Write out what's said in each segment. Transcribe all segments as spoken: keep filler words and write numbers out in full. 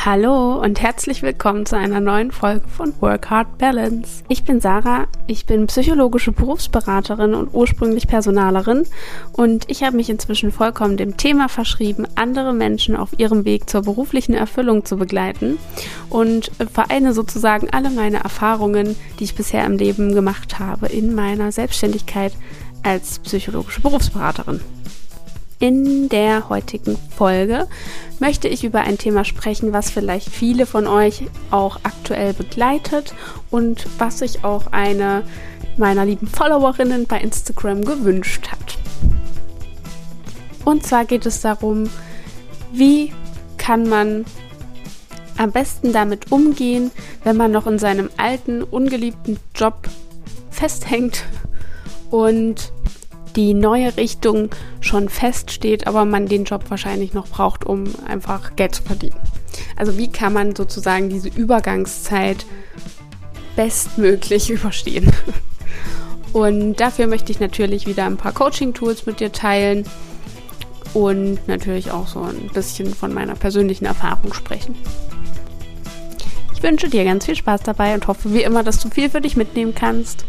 Hallo und herzlich willkommen zu einer neuen Folge von Work Hard Balance. Ich bin Sarah, ich bin psychologische Berufsberaterin und ursprünglich Personalerin und ich habe mich inzwischen vollkommen dem Thema verschrieben, andere Menschen auf ihrem Weg zur beruflichen Erfüllung zu begleiten und vereine sozusagen alle meine Erfahrungen, die ich bisher im Leben gemacht habe, in meiner Selbstständigkeit als psychologische Berufsberaterin. In der heutigen Folge möchte ich über ein Thema sprechen, was vielleicht viele von euch auch aktuell begleitet und was sich auch eine meiner lieben Followerinnen bei Instagram gewünscht hat. Und zwar geht es darum, wie kann man am besten damit umgehen, wenn man noch in seinem alten, ungeliebten Job festhängt und die neue Richtung schon feststeht, aber man den Job wahrscheinlich noch braucht, um einfach Geld zu verdienen. Also wie kann man sozusagen diese Übergangszeit bestmöglich überstehen? Und dafür möchte ich natürlich wieder ein paar Coaching-Tools mit dir teilen und natürlich auch so ein bisschen von meiner persönlichen Erfahrung sprechen. Ich wünsche dir ganz viel Spaß dabei und hoffe wie immer, dass du viel für dich mitnehmen kannst.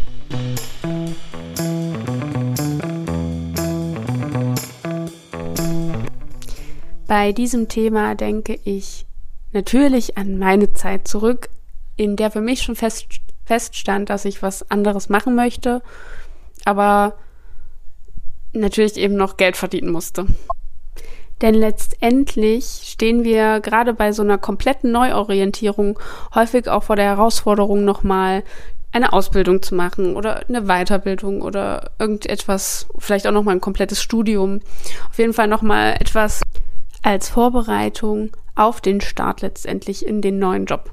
Bei diesem Thema denke ich natürlich an meine Zeit zurück, in der für mich schon fest, feststand, dass ich was anderes machen möchte, aber natürlich eben noch Geld verdienen musste. Denn letztendlich stehen wir gerade bei so einer kompletten Neuorientierung häufig auch vor der Herausforderung, nochmal eine Ausbildung zu machen oder eine Weiterbildung oder irgendetwas, vielleicht auch nochmal ein komplettes Studium. Auf jeden Fall nochmal etwas als Vorbereitung auf den Start letztendlich in den neuen Job.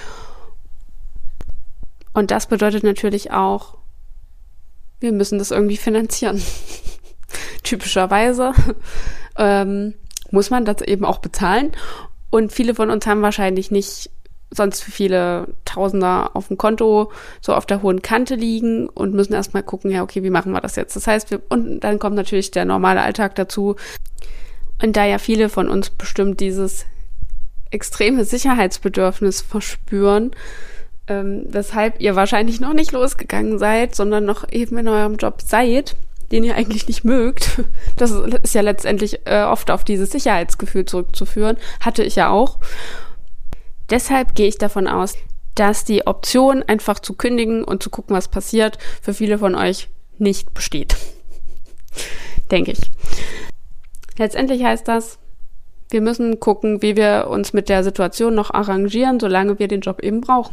Und das bedeutet natürlich auch, wir müssen das irgendwie finanzieren. Typischerweise ähm, muss man das eben auch bezahlen. Und viele von uns haben wahrscheinlich nicht sonst viele Tausender auf dem Konto so auf der hohen Kante liegen und müssen erstmal gucken, ja okay, wie machen wir das jetzt? Das heißt, wir, und dann kommt natürlich der normale Alltag dazu. Und da ja viele von uns bestimmt dieses extreme Sicherheitsbedürfnis verspüren, ähm, weshalb ihr wahrscheinlich noch nicht losgegangen seid, sondern noch eben in eurem Job seid, den ihr eigentlich nicht mögt. Das ist ja letztendlich äh, oft auf dieses Sicherheitsgefühl zurückzuführen. Hatte ich ja auch. Deshalb gehe ich davon aus, dass die Option, einfach zu kündigen und zu gucken, was passiert, für viele von euch nicht besteht. Denke ich. Letztendlich heißt das, wir müssen gucken, wie wir uns mit der Situation noch arrangieren, solange wir den Job eben brauchen.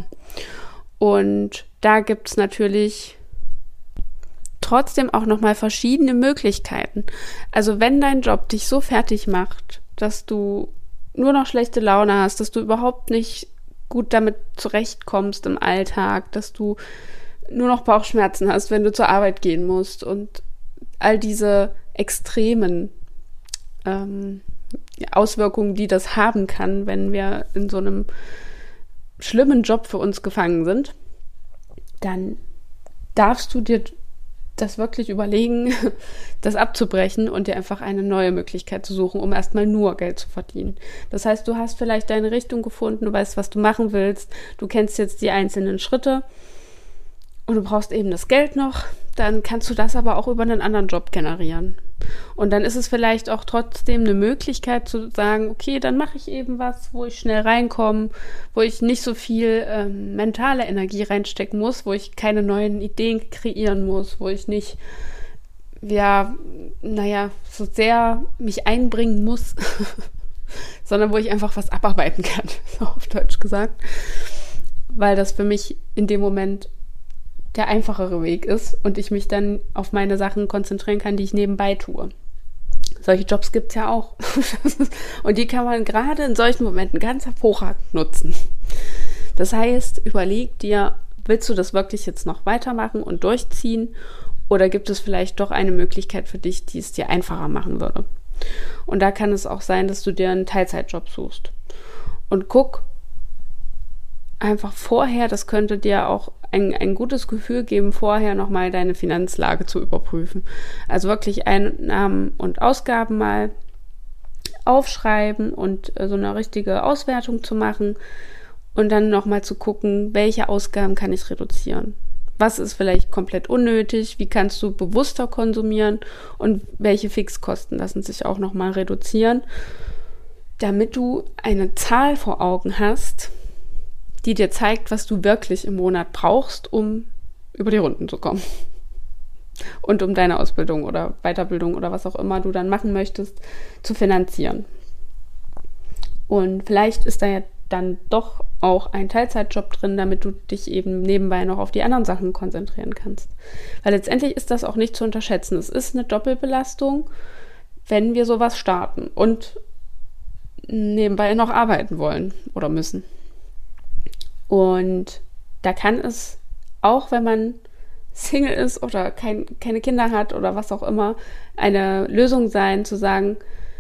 Und da gibt es natürlich trotzdem auch nochmal verschiedene Möglichkeiten. Also wenn dein Job dich so fertig macht, dass du nur noch schlechte Laune hast, dass du überhaupt nicht gut damit zurechtkommst im Alltag, dass du nur noch Bauchschmerzen hast, wenn du zur Arbeit gehen musst und all diese extremen ähm, Auswirkungen, die das haben kann, wenn wir in so einem schlimmen Job für uns gefangen sind, dann darfst du dir das wirklich überlegen, das abzubrechen und dir einfach eine neue Möglichkeit zu suchen, um erstmal nur Geld zu verdienen. Das heißt, du hast vielleicht deine Richtung gefunden, du weißt, was du machen willst, du kennst jetzt die einzelnen Schritte und du brauchst eben das Geld noch, dann kannst du das aber auch über einen anderen Job generieren. Und dann ist es vielleicht auch trotzdem eine Möglichkeit zu sagen, okay, dann mache ich eben was, wo ich schnell reinkomme, wo ich nicht so viel ähm, mentale Energie reinstecken muss, wo ich keine neuen Ideen kreieren muss, wo ich nicht, ja, naja, so sehr mich einbringen muss, sondern wo ich einfach was abarbeiten kann, so auf Deutsch gesagt, weil das für mich in dem Moment der einfachere Weg ist und ich mich dann auf meine Sachen konzentrieren kann, die ich nebenbei tue. Solche Jobs gibt es ja auch. Und die kann man gerade in solchen Momenten ganz hervorragend nutzen. Das heißt, überleg dir, willst du das wirklich jetzt noch weitermachen und durchziehen oder gibt es vielleicht doch eine Möglichkeit für dich, die es dir einfacher machen würde? Und da kann es auch sein, dass du dir einen Teilzeitjob suchst. Und guck einfach vorher, das könnte dir auch ein, ein gutes Gefühl geben, vorher nochmal deine Finanzlage zu überprüfen. Also wirklich Einnahmen und Ausgaben mal aufschreiben und äh, so eine richtige Auswertung zu machen und dann nochmal zu gucken, welche Ausgaben kann ich reduzieren. Was ist vielleicht komplett unnötig? Wie kannst du bewusster konsumieren? Und welche Fixkosten lassen sich auch nochmal reduzieren, damit du eine Zahl vor Augen hast, die dir zeigt, was du wirklich im Monat brauchst, um über die Runden zu kommen. Und um deine Ausbildung oder Weiterbildung oder was auch immer du dann machen möchtest, zu finanzieren. Und vielleicht ist da ja dann doch auch ein Teilzeitjob drin, damit du dich eben nebenbei noch auf die anderen Sachen konzentrieren kannst. Weil letztendlich ist das auch nicht zu unterschätzen. Es ist eine Doppelbelastung, wenn wir sowas starten und nebenbei noch arbeiten wollen oder müssen. Und da kann es, auch wenn man Single ist oder kein, keine Kinder hat oder was auch immer, eine Lösung sein, zu sagen,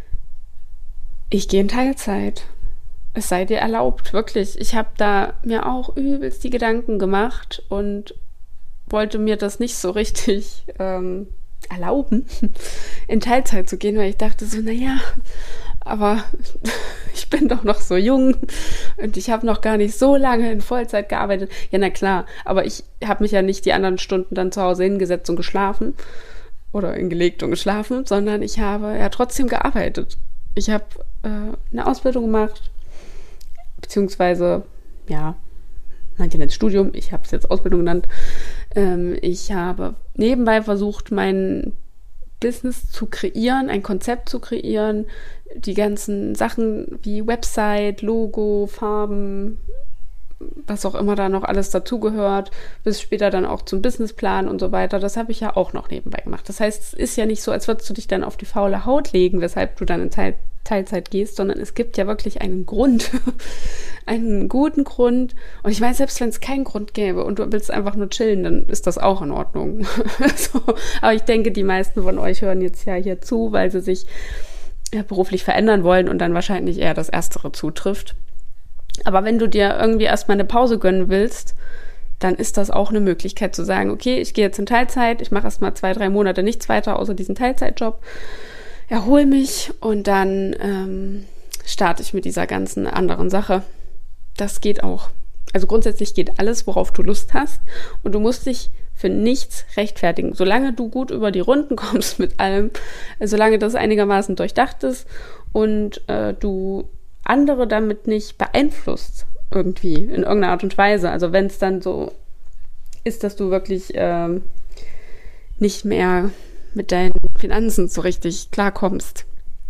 ich gehe in Teilzeit. Es sei dir erlaubt, wirklich. Ich habe da mir auch übelst die Gedanken gemacht und wollte mir das nicht so richtig ähm, erlauben, in Teilzeit zu gehen, weil ich dachte so, naja, aber ich bin doch noch so jung und ich habe noch gar nicht so lange in Vollzeit gearbeitet. Ja, na klar, aber ich habe mich ja nicht die anderen Stunden dann zu Hause hingesetzt und geschlafen oder hingelegt und geschlafen, sondern ich habe ja trotzdem gearbeitet. Ich habe äh, eine Ausbildung gemacht, beziehungsweise, ja, manche nennen es Studium, ich habe es jetzt Ausbildung genannt. Ähm, ich habe nebenbei versucht, mein Business zu kreieren, ein Konzept zu kreieren, die ganzen Sachen wie Website, Logo, Farben, was auch immer da noch alles dazugehört, bis später dann auch zum Businessplan und so weiter, das habe ich ja auch noch nebenbei gemacht. Das heißt, es ist ja nicht so, als würdest du dich dann auf die faule Haut legen, weshalb du dann in Teil Teilzeit gehst, sondern es gibt ja wirklich einen Grund, einen guten Grund. Und ich meine, selbst wenn es keinen Grund gäbe und du willst einfach nur chillen, dann ist das auch in Ordnung. So. Aber ich denke, die meisten von euch hören jetzt ja hier zu, weil sie sich ja, beruflich verändern wollen und dann wahrscheinlich eher das Erstere zutrifft. Aber wenn du dir irgendwie erstmal eine Pause gönnen willst, dann ist das auch eine Möglichkeit zu sagen, okay, ich gehe jetzt in Teilzeit, ich mache erstmal zwei, drei Monate nichts weiter außer diesen Teilzeitjob, erhole mich und dann ähm, starte ich mit dieser ganzen anderen Sache. Das geht auch. Also grundsätzlich geht alles, worauf du Lust hast und du musst dich für nichts rechtfertigen. Solange du gut über die Runden kommst mit allem, solange das einigermaßen durchdacht ist und äh, du andere damit nicht beeinflusst irgendwie in irgendeiner Art und Weise. Also wenn es dann so ist, dass du wirklich ähm, nicht mehr mit deinen Finanzen so richtig klarkommst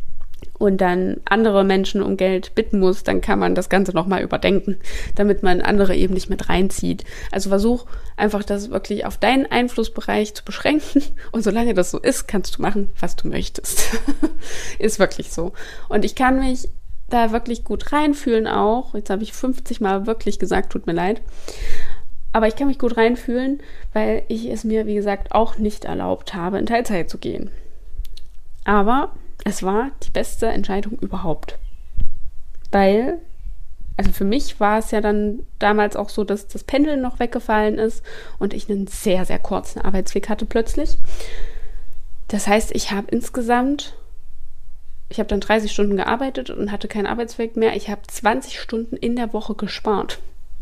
und dann andere Menschen um Geld bitten musst, dann kann man das Ganze nochmal überdenken, damit man andere eben nicht mit reinzieht. Also versuch einfach, das wirklich auf deinen Einflussbereich zu beschränken und solange das so ist, kannst du machen, was du möchtest. Ist wirklich so. Und ich kann mich da wirklich gut reinfühlen auch. Jetzt habe ich fünfzig Mal wirklich gesagt, tut mir leid. Aber ich kann mich gut reinfühlen, weil ich es mir, wie gesagt, auch nicht erlaubt habe, in Teilzeit zu gehen. Aber es war die beste Entscheidung überhaupt. Weil, also für mich war es ja dann damals auch so, dass das Pendeln noch weggefallen ist und ich einen sehr, sehr kurzen Arbeitsweg hatte plötzlich. Das heißt, ich habe insgesamt, ich habe dann dreißig Stunden gearbeitet und hatte keinen Arbeitsweg mehr. Ich habe zwanzig Stunden in der Woche gespart.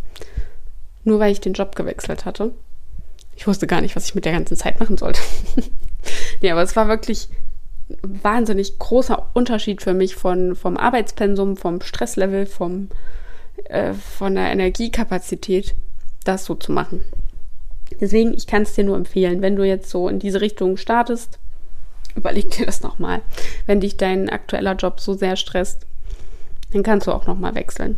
Nur weil ich den Job gewechselt hatte. Ich wusste gar nicht, was ich mit der ganzen Zeit machen sollte. Ja, aber es war wirklich ein wahnsinnig großer Unterschied für mich von, vom Arbeitspensum, vom Stresslevel, vom, äh, von der Energiekapazität, das so zu machen. Deswegen, ich kann es dir nur empfehlen, wenn du jetzt so in diese Richtung startest, überleg dir das nochmal. Wenn dich dein aktueller Job so sehr stresst, dann kannst du auch nochmal wechseln.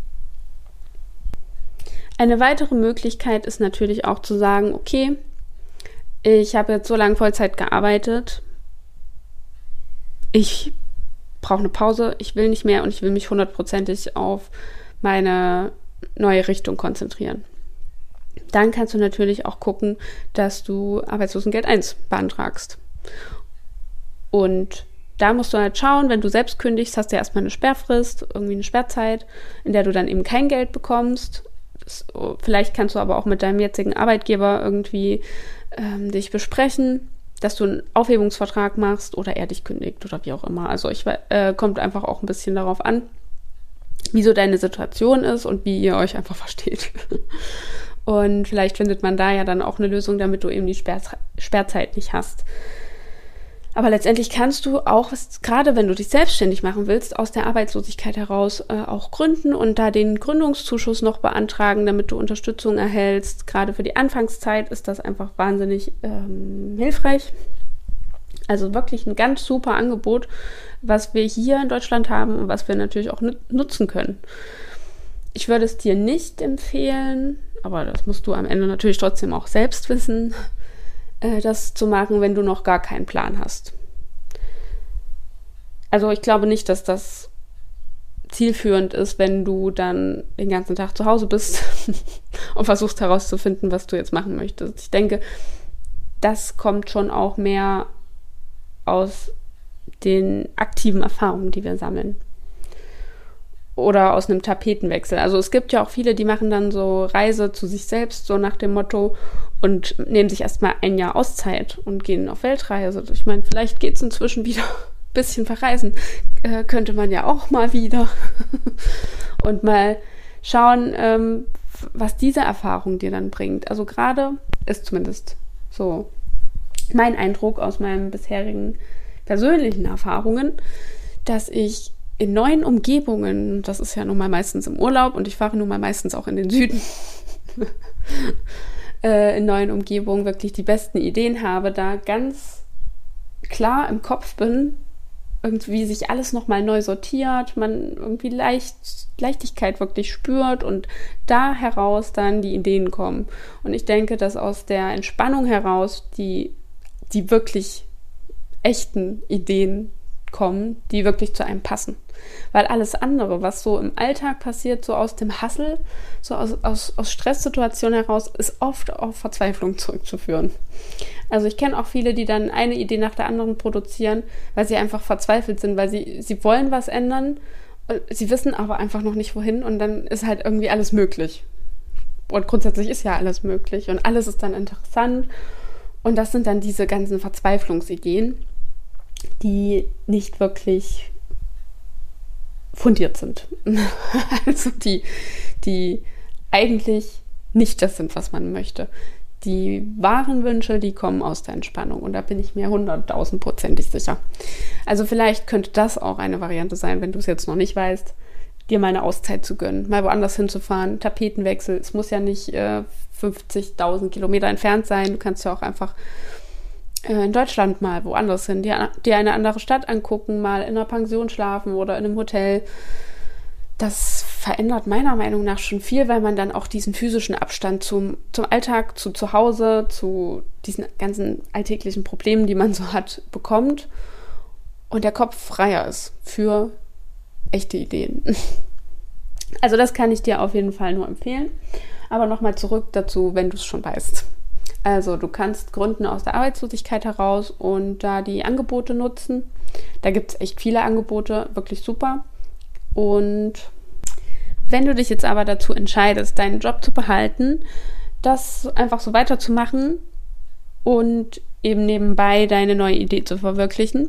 Eine weitere Möglichkeit ist natürlich auch zu sagen, okay, ich habe jetzt so lange Vollzeit gearbeitet, ich brauche eine Pause, ich will nicht mehr und ich will mich hundertprozentig auf meine neue Richtung konzentrieren. Dann kannst du natürlich auch gucken, dass du Arbeitslosengeld eins beantragst. Und da musst du halt schauen, wenn du selbst kündigst, hast du ja erstmal eine Sperrfrist, irgendwie eine Sperrzeit, in der du dann eben kein Geld bekommst. Das, vielleicht kannst du aber auch mit deinem jetzigen Arbeitgeber irgendwie ähm, dich besprechen, dass du einen Aufhebungsvertrag machst oder er dich kündigt oder wie auch immer. Also ich äh, kommt einfach auch ein bisschen darauf an, wie so deine Situation ist und wie ihr euch einfach versteht. Und vielleicht findet man da ja dann auch eine Lösung, damit du eben die Sperr- Sperrzeit nicht hast. Aber letztendlich kannst du auch, gerade wenn du dich selbstständig machen willst, aus der Arbeitslosigkeit heraus äh, auch gründen und da den Gründungszuschuss noch beantragen, damit du Unterstützung erhältst. Gerade für die Anfangszeit ist das einfach wahnsinnig ähm, hilfreich. Also wirklich ein ganz super Angebot, was wir hier in Deutschland haben und was wir natürlich auch nut- nutzen können. Ich würde es dir nicht empfehlen, aber das musst du am Ende natürlich trotzdem auch selbst wissen, das zu machen, wenn du noch gar keinen Plan hast. Also ich glaube nicht, dass das zielführend ist, wenn du dann den ganzen Tag zu Hause bist und versuchst herauszufinden, was du jetzt machen möchtest. Ich denke, das kommt schon auch mehr aus den aktiven Erfahrungen, die wir sammeln. Oder aus einem Tapetenwechsel. Also es gibt ja auch viele, die machen dann so Reise zu sich selbst, so nach dem Motto, und nehmen sich erstmal ein Jahr Auszeit und gehen auf Weltreise. Also ich meine, vielleicht geht es inzwischen wieder ein bisschen verreisen. Äh, könnte man ja auch mal wieder. Und mal schauen, ähm, was diese Erfahrung dir dann bringt. Also gerade ist zumindest so mein Eindruck aus meinen bisherigen persönlichen Erfahrungen, dass ich in neuen Umgebungen, das ist ja nun mal meistens im Urlaub und ich fahre nun mal meistens auch in den Süden, äh, in neuen Umgebungen wirklich die besten Ideen habe, da ganz klar im Kopf bin, irgendwie sich alles nochmal neu sortiert, man irgendwie leicht, Leichtigkeit wirklich spürt und da heraus dann die Ideen kommen. Und ich denke, dass aus der Entspannung heraus die, die wirklich echten Ideen kommen, die wirklich zu einem passen. Weil alles andere, was so im Alltag passiert, so aus dem Hassel, so aus, aus, aus Stresssituationen heraus, ist oft auf Verzweiflung zurückzuführen. Also ich kenne auch viele, die dann eine Idee nach der anderen produzieren, weil sie einfach verzweifelt sind, weil sie, sie wollen was ändern, sie wissen aber einfach noch nicht wohin und dann ist halt irgendwie alles möglich. Und grundsätzlich ist ja alles möglich und alles ist dann interessant und das sind dann diese ganzen Verzweiflungsideen, die nicht wirklich fundiert sind. Also die, die eigentlich nicht das sind, was man möchte. Die wahren Wünsche, die kommen aus der Entspannung und da bin ich mir hunderttausendprozentig sicher. Also vielleicht könnte das auch eine Variante sein, wenn du es jetzt noch nicht weißt, dir mal eine Auszeit zu gönnen, mal woanders hinzufahren, Tapetenwechsel. Es muss ja nicht äh, fünfzigtausend Kilometer entfernt sein, du kannst ja auch einfach in Deutschland mal woanders hin, dir, dir eine andere Stadt angucken, mal in einer Pension schlafen oder in einem Hotel. Das verändert meiner Meinung nach schon viel, weil man dann auch diesen physischen Abstand zum, zum Alltag, zu zu Hause, zu diesen ganzen alltäglichen Problemen, die man so hat, bekommt und der Kopf freier ist für echte Ideen. Also das kann ich dir auf jeden Fall nur empfehlen. Aber nochmal zurück dazu, wenn du es schon weißt. Also du kannst gründen aus der Arbeitslosigkeit heraus und da die Angebote nutzen. Da gibt es echt viele Angebote, wirklich super. Und wenn du dich jetzt aber dazu entscheidest, deinen Job zu behalten, das einfach so weiterzumachen und eben nebenbei deine neue Idee zu verwirklichen,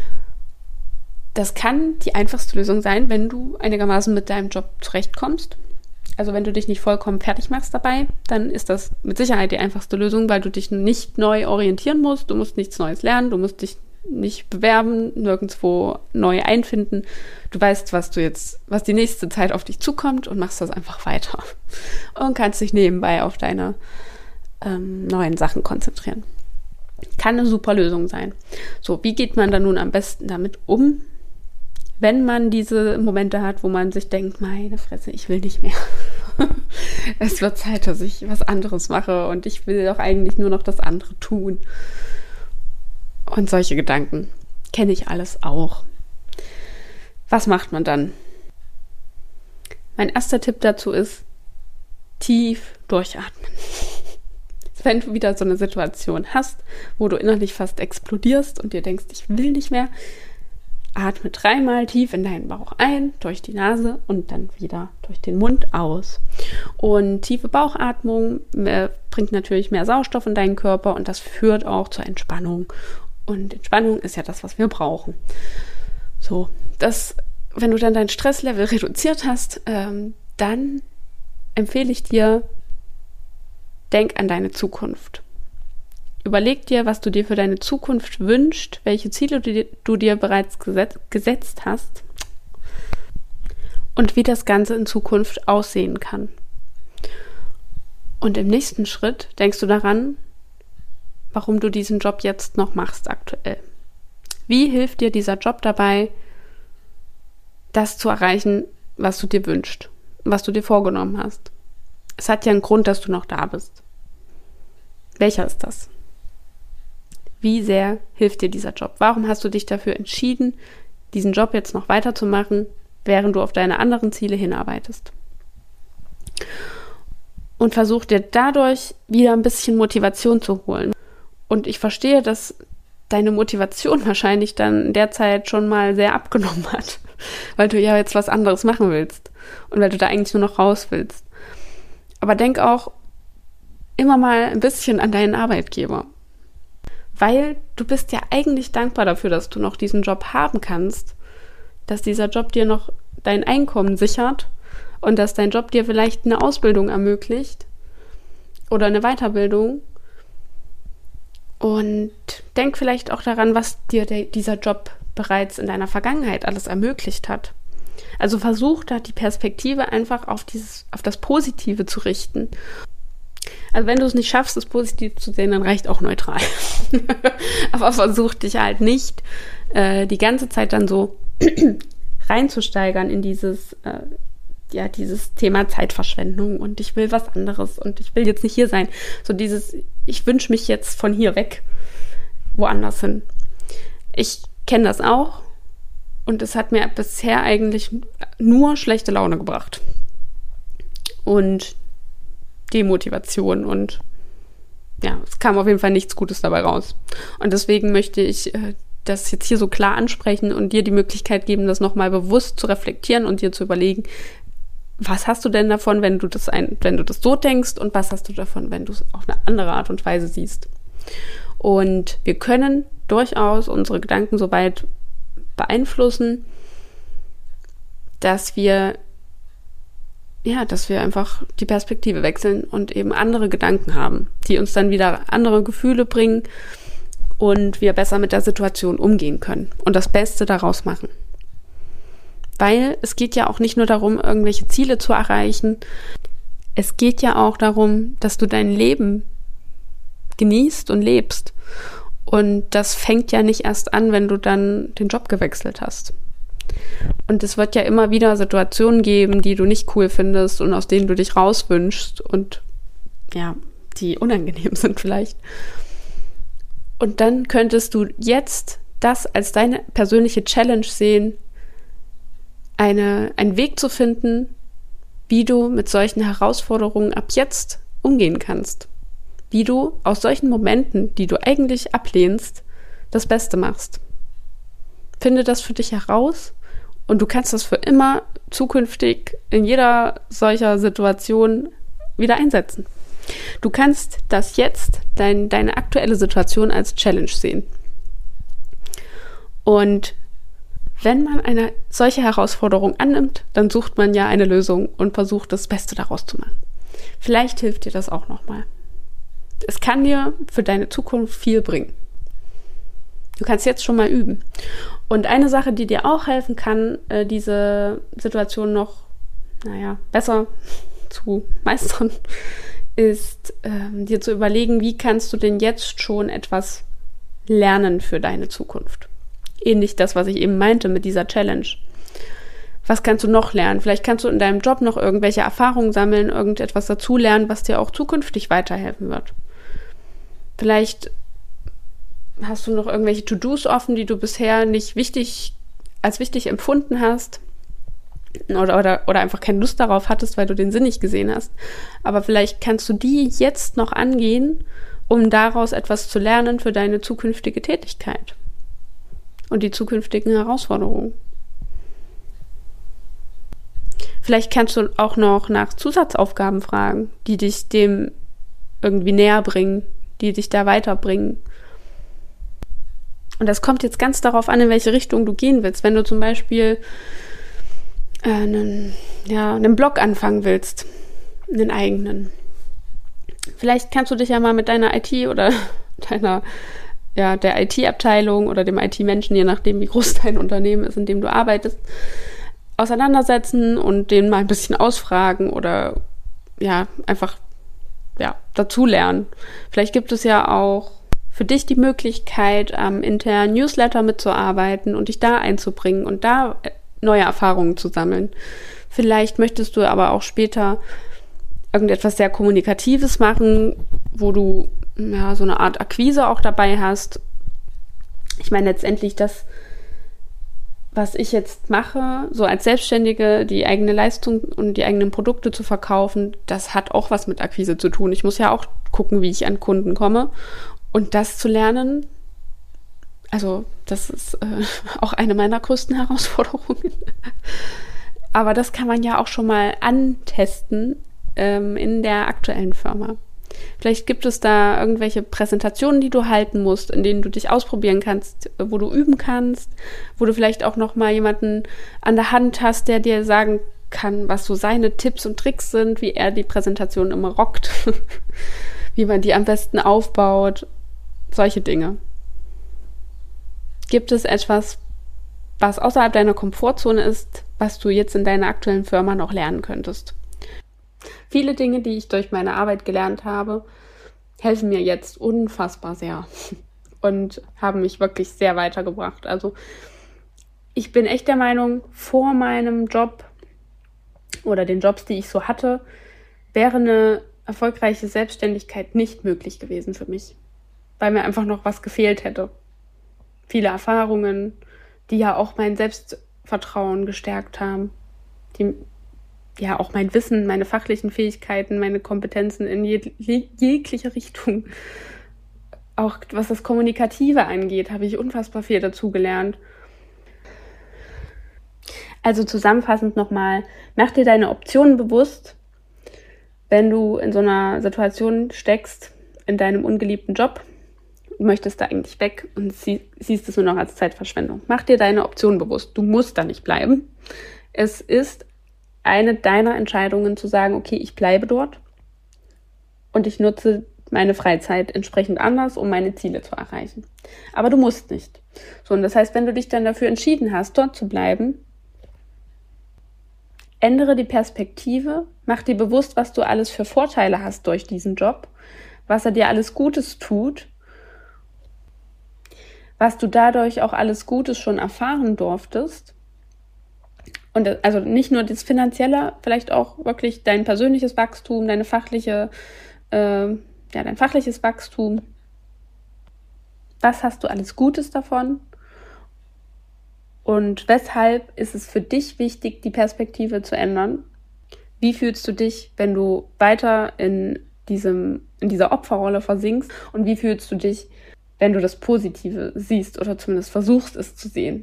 das kann die einfachste Lösung sein, wenn du einigermaßen mit deinem Job zurechtkommst. Also wenn du dich nicht vollkommen fertig machst dabei, dann ist das mit Sicherheit die einfachste Lösung, weil du dich nicht neu orientieren musst, du musst nichts Neues lernen, du musst dich nicht bewerben, nirgendwo neu einfinden. Du weißt, was du jetzt, was die nächste Zeit auf dich zukommt und machst das einfach weiter und kannst dich nebenbei auf deine ähm, neuen Sachen konzentrieren. Kann eine super Lösung sein. So, wie geht man dann nun am besten damit um, wenn man diese Momente hat, wo man sich denkt, meine Fresse, ich will nicht mehr. Es wird Zeit, dass ich was anderes mache und ich will doch eigentlich nur noch das andere tun. Und solche Gedanken kenne ich alles auch. Was macht man dann? Mein erster Tipp dazu ist, tief durchatmen. Wenn du wieder so eine Situation hast, wo du innerlich fast explodierst und dir denkst, ich will nicht mehr, Atme dreimal tief in deinen Bauch ein, durch die Nase und dann wieder durch den Mund aus. Und tiefe Bauchatmung äh, bringt natürlich mehr Sauerstoff in deinen Körper und das führt auch zur Entspannung. Und Entspannung ist ja das, was wir brauchen. So, das, wenn du dann dein Stresslevel reduziert hast, ähm, dann empfehle ich dir, denk an deine Zukunft. Überleg dir, was du dir für deine Zukunft wünschst, welche Ziele du dir, du dir bereits gesetz, gesetzt hast und wie das Ganze in Zukunft aussehen kann. Und im nächsten Schritt denkst du daran, warum du diesen Job jetzt noch machst aktuell. Wie hilft dir dieser Job dabei, das zu erreichen, was du dir wünschst, was du dir vorgenommen hast? Es hat ja einen Grund, dass du noch da bist. Welcher ist das? Wie sehr hilft dir dieser Job? Warum hast du dich dafür entschieden, diesen Job jetzt noch weiterzumachen, während du auf deine anderen Ziele hinarbeitest? Und versuch dir dadurch wieder ein bisschen Motivation zu holen. Und ich verstehe, dass deine Motivation wahrscheinlich dann in der Zeit schon mal sehr abgenommen hat, weil du ja jetzt was anderes machen willst und weil du da eigentlich nur noch raus willst. Aber denk auch immer mal ein bisschen an deinen Arbeitgeber. Weil du bist ja eigentlich dankbar dafür, dass du noch diesen Job haben kannst, dass dieser Job dir noch dein Einkommen sichert und dass dein Job dir vielleicht eine Ausbildung ermöglicht oder eine Weiterbildung. Und denk vielleicht auch daran, was dir der, dieser Job bereits in deiner Vergangenheit alles ermöglicht hat. Also versuch da die Perspektive einfach auf dieses, auf das Positive zu richten. Also wenn du es nicht schaffst, es positiv zu sehen, dann reicht auch neutral. Aber versuch dich halt nicht äh, die ganze Zeit dann so reinzusteigern in dieses, äh, ja, dieses Thema Zeitverschwendung und ich will was anderes und ich will jetzt nicht hier sein. So dieses, ich wünsche mich jetzt von hier weg, woanders hin. Ich kenne das auch und es hat mir bisher eigentlich nur schlechte Laune gebracht. Und Demotivation und ja, es kam auf jeden Fall nichts Gutes dabei raus. Und deswegen möchte ich äh, das jetzt hier so klar ansprechen und dir die Möglichkeit geben, das nochmal bewusst zu reflektieren und dir zu überlegen, was hast du denn davon, wenn du das ein, wenn du das so denkst und was hast du davon, wenn du es auf eine andere Art und Weise siehst. Und wir können durchaus unsere Gedanken so weit beeinflussen, dass wir ja, dass wir einfach die Perspektive wechseln und eben andere Gedanken haben, die uns dann wieder andere Gefühle bringen und wir besser mit der Situation umgehen können und das Beste daraus machen. Weil es geht ja auch nicht nur darum, irgendwelche Ziele zu erreichen, es geht ja auch darum, dass du dein Leben genießt und lebst. Und das fängt ja nicht erst an, wenn du dann den Job gewechselt hast. Und es wird ja immer wieder Situationen geben, die du nicht cool findest und aus denen du dich rauswünschst und ja, die unangenehm sind vielleicht. Und dann könntest du jetzt das als deine persönliche Challenge sehen, eine, einen Weg zu finden, wie du mit solchen Herausforderungen ab jetzt umgehen kannst. Wie du aus solchen Momenten, die du eigentlich ablehnst, das Beste machst. Finde das für dich heraus und du kannst das für immer zukünftig in jeder solcher Situation wieder einsetzen. Du kannst das jetzt, dein, deine aktuelle Situation als Challenge sehen. Und wenn man eine solche Herausforderung annimmt, dann sucht man ja eine Lösung und versucht, das Beste daraus zu machen. Vielleicht hilft dir das auch nochmal. Es kann dir für deine Zukunft viel bringen. Du kannst jetzt schon mal üben. Und eine Sache, die dir auch helfen kann, äh, diese Situation noch, naja, besser zu meistern, ist ähm, dir zu überlegen, wie kannst du denn jetzt schon etwas lernen für deine Zukunft. Ähnlich das, was ich eben meinte mit dieser Challenge. Was kannst du noch lernen? Vielleicht kannst du in deinem Job noch irgendwelche Erfahrungen sammeln, irgendetwas dazulernen, was dir auch zukünftig weiterhelfen wird. Vielleicht hast du noch irgendwelche To-Dos offen, die du bisher nicht wichtig, als wichtig empfunden hast oder, oder, oder einfach keine Lust darauf hattest, weil du den Sinn nicht gesehen hast. Aber vielleicht kannst du die jetzt noch angehen, um daraus etwas zu lernen für deine zukünftige Tätigkeit. und die zukünftigen Herausforderungen. Vielleicht kannst du auch noch nach Zusatzaufgaben fragen, die dich dem irgendwie näher bringen, die dich da weiterbringen. Und das kommt jetzt ganz darauf an, in welche Richtung du gehen willst. Wenn du zum Beispiel äh, einen, ja, einen Blog anfangen willst, einen eigenen. Vielleicht kannst du dich ja mal mit deiner I T oder deiner, ja, der I T-Abteilung oder dem I T-Menschen, je nachdem, wie groß dein Unternehmen ist, in dem du arbeitest, auseinandersetzen und den mal ein bisschen ausfragen oder ja, einfach ja, dazulernen. Vielleicht gibt es ja auch für dich die Möglichkeit, am internen Newsletter mitzuarbeiten und dich da einzubringen und da neue Erfahrungen zu sammeln. Vielleicht möchtest du aber auch später irgendetwas sehr Kommunikatives machen, wo du ja so eine Art Akquise auch dabei hast. Ich meine letztendlich das, was ich jetzt mache, so als Selbstständige, die eigene Leistung und die eigenen Produkte zu verkaufen, das hat auch was mit Akquise zu tun. Ich muss ja auch gucken, wie ich an Kunden komme. Und das zu lernen, also das ist äh, auch eine meiner größten Herausforderungen. Aber das kann man ja auch schon mal antesten ähm, in der aktuellen Firma. Vielleicht gibt es da irgendwelche Präsentationen, die du halten musst, in denen du dich ausprobieren kannst, wo du üben kannst, wo du vielleicht auch noch mal jemanden an der Hand hast, der dir sagen kann, was so seine Tipps und Tricks sind, wie er die Präsentation immer rockt, wie man die am besten aufbaut, solche Dinge. Gibt es etwas, was außerhalb deiner Komfortzone ist, was du jetzt in deiner aktuellen Firma noch lernen könntest? Viele Dinge, die ich durch meine Arbeit gelernt habe, helfen mir jetzt unfassbar sehr und haben mich wirklich sehr weitergebracht. Also ich bin echt der Meinung, vor meinem Job oder den Jobs, die ich so hatte, wäre eine erfolgreiche Selbstständigkeit nicht möglich gewesen für mich, weil mir einfach noch was gefehlt hätte. Viele Erfahrungen, die ja auch mein Selbstvertrauen gestärkt haben, die ja auch mein Wissen, meine fachlichen Fähigkeiten, meine Kompetenzen in jeg- jeglicher Richtung. Auch was das Kommunikative angeht, habe ich unfassbar viel dazugelernt. Also zusammenfassend nochmal, mach dir deine Optionen bewusst, wenn du in so einer Situation steckst, in deinem ungeliebten Job, möchtest da eigentlich weg und sie- siehst es nur noch als Zeitverschwendung. Mach dir deine Optionen bewusst. Du musst da nicht bleiben. Es ist eine deiner Entscheidungen zu sagen, okay, ich bleibe dort und ich nutze meine Freizeit entsprechend anders, um meine Ziele zu erreichen. Aber du musst nicht. So, und das heißt, wenn du dich dann dafür entschieden hast, dort zu bleiben, ändere die Perspektive, mach dir bewusst, was du alles für Vorteile hast durch diesen Job, was er dir alles Gutes tut, was du dadurch auch alles Gutes schon erfahren durftest. Und also nicht nur das Finanzielle, vielleicht auch wirklich dein persönliches Wachstum, deine fachliche, äh, ja, dein fachliches Wachstum. Was hast du alles Gutes davon? Und weshalb ist es für dich wichtig, die Perspektive zu ändern? Wie fühlst du dich, wenn du weiter in diesem, in dieser Opferrolle versinkst? Und wie fühlst du dich, wenn du das Positive siehst oder zumindest versuchst, es zu sehen?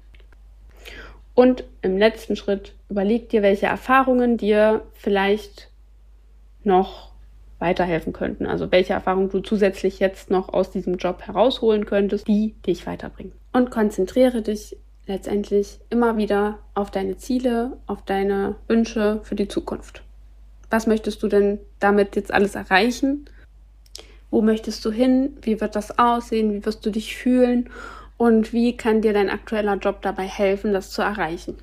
Und im letzten Schritt überleg dir, welche Erfahrungen dir vielleicht noch weiterhelfen könnten. Also welche Erfahrungen du zusätzlich jetzt noch aus diesem Job herausholen könntest, die dich weiterbringen. Und konzentriere dich letztendlich immer wieder auf deine Ziele, auf deine Wünsche für die Zukunft. Was möchtest du denn damit jetzt alles erreichen? Wo möchtest du hin? Wie wird das aussehen? Wie wirst du dich fühlen? Und wie kann dir dein aktueller Job dabei helfen, das zu erreichen?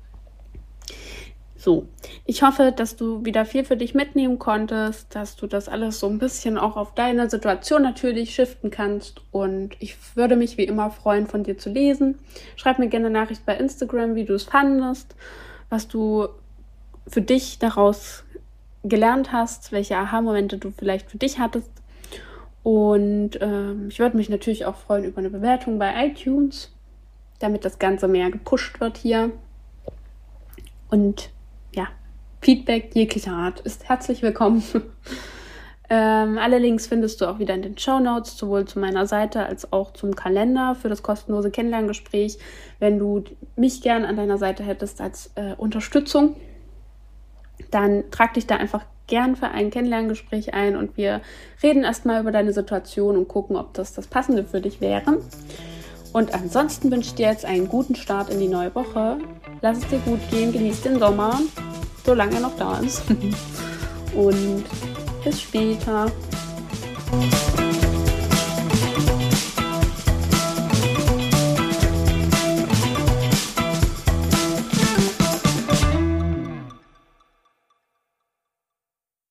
So, ich hoffe, dass du wieder viel für dich mitnehmen konntest, dass du das alles so ein bisschen auch auf deine Situation natürlich shiften kannst. Und ich würde mich wie immer freuen, von dir zu lesen. Schreib mir gerne eine Nachricht bei Instagram, wie du es fandest, was du für dich daraus gelernt hast, welche Aha-Momente du vielleicht für dich hattest. Und ähm, ich würde mich natürlich auch freuen über eine Bewertung bei iTunes, damit das Ganze mehr gepusht wird hier. Und ja, Feedback jeglicher Art ist herzlich willkommen. Ähm, alle Links findest du auch wieder in den Shownotes, sowohl zu meiner Seite als auch zum Kalender für das kostenlose Kennenlerngespräch. Wenn du mich gern an deiner Seite hättest als äh, Unterstützung, dann trag dich da einfach gern für ein Kennenlerngespräch ein und wir reden erstmal über deine Situation und gucken, ob das das Passende für dich wäre. Und ansonsten wünsche ich dir jetzt einen guten Start in die neue Woche. Lass es dir gut gehen, genieß den Sommer, solange er noch da ist. Und bis später.